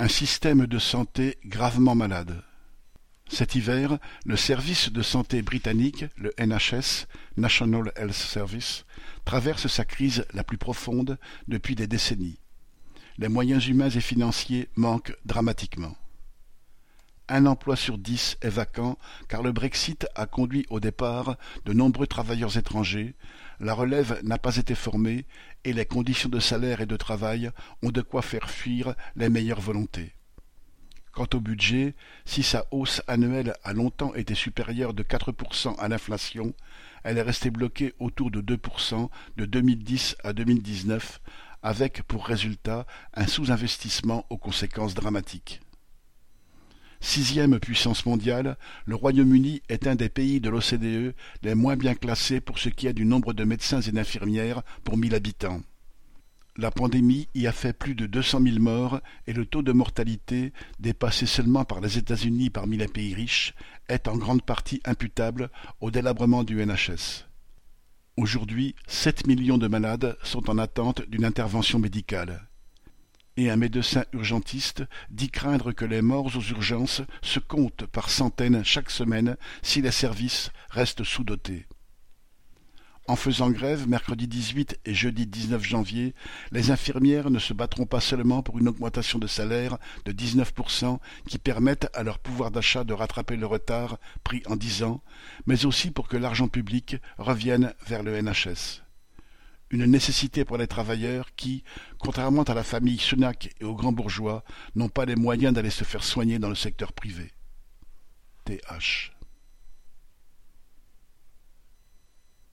Un système de santé gravement malade. Cet hiver, le service de santé britannique, le NHS, National Health Service, traverse sa crise la plus profonde depuis des décennies. Les moyens humains et financiers manquent dramatiquement. Un emploi sur 10 est vacant car le Brexit a conduit au départ de nombreux travailleurs étrangers, la relève n'a pas été formée et les conditions de salaire et de travail ont de quoi faire fuir les meilleures volontés. Quant au budget, si sa hausse annuelle a longtemps été supérieure de 4% à l'inflation, elle est restée bloquée autour de 2% de 2010 à 2019, avec pour résultat un sous-investissement aux conséquences dramatiques. Sixième puissance mondiale, le Royaume-Uni est un des pays de l'OCDE les moins bien classés pour ce qui est du nombre de médecins et d'infirmières pour 1000 habitants. La pandémie y a fait plus de 200 000 morts et le taux de mortalité, dépassé seulement par les États-Unis parmi les pays riches, est en grande partie imputable au délabrement du NHS. Aujourd'hui, 7 millions de malades sont en attente d'une intervention médicale. Et un médecin urgentiste dit craindre que les morts aux urgences se comptent par centaines chaque semaine si les services restent sous-dotés. En faisant grève mercredi 18 et jeudi 19 janvier, les infirmières ne se battront pas seulement pour une augmentation de salaire de 19% qui permette à leur pouvoir d'achat de rattraper le retard pris en 10 ans, mais aussi pour que l'argent public revienne vers le NHS. Une nécessité pour les travailleurs qui, contrairement à la famille Sunak et aux grands bourgeois, n'ont pas les moyens d'aller se faire soigner dans le secteur privé. Th.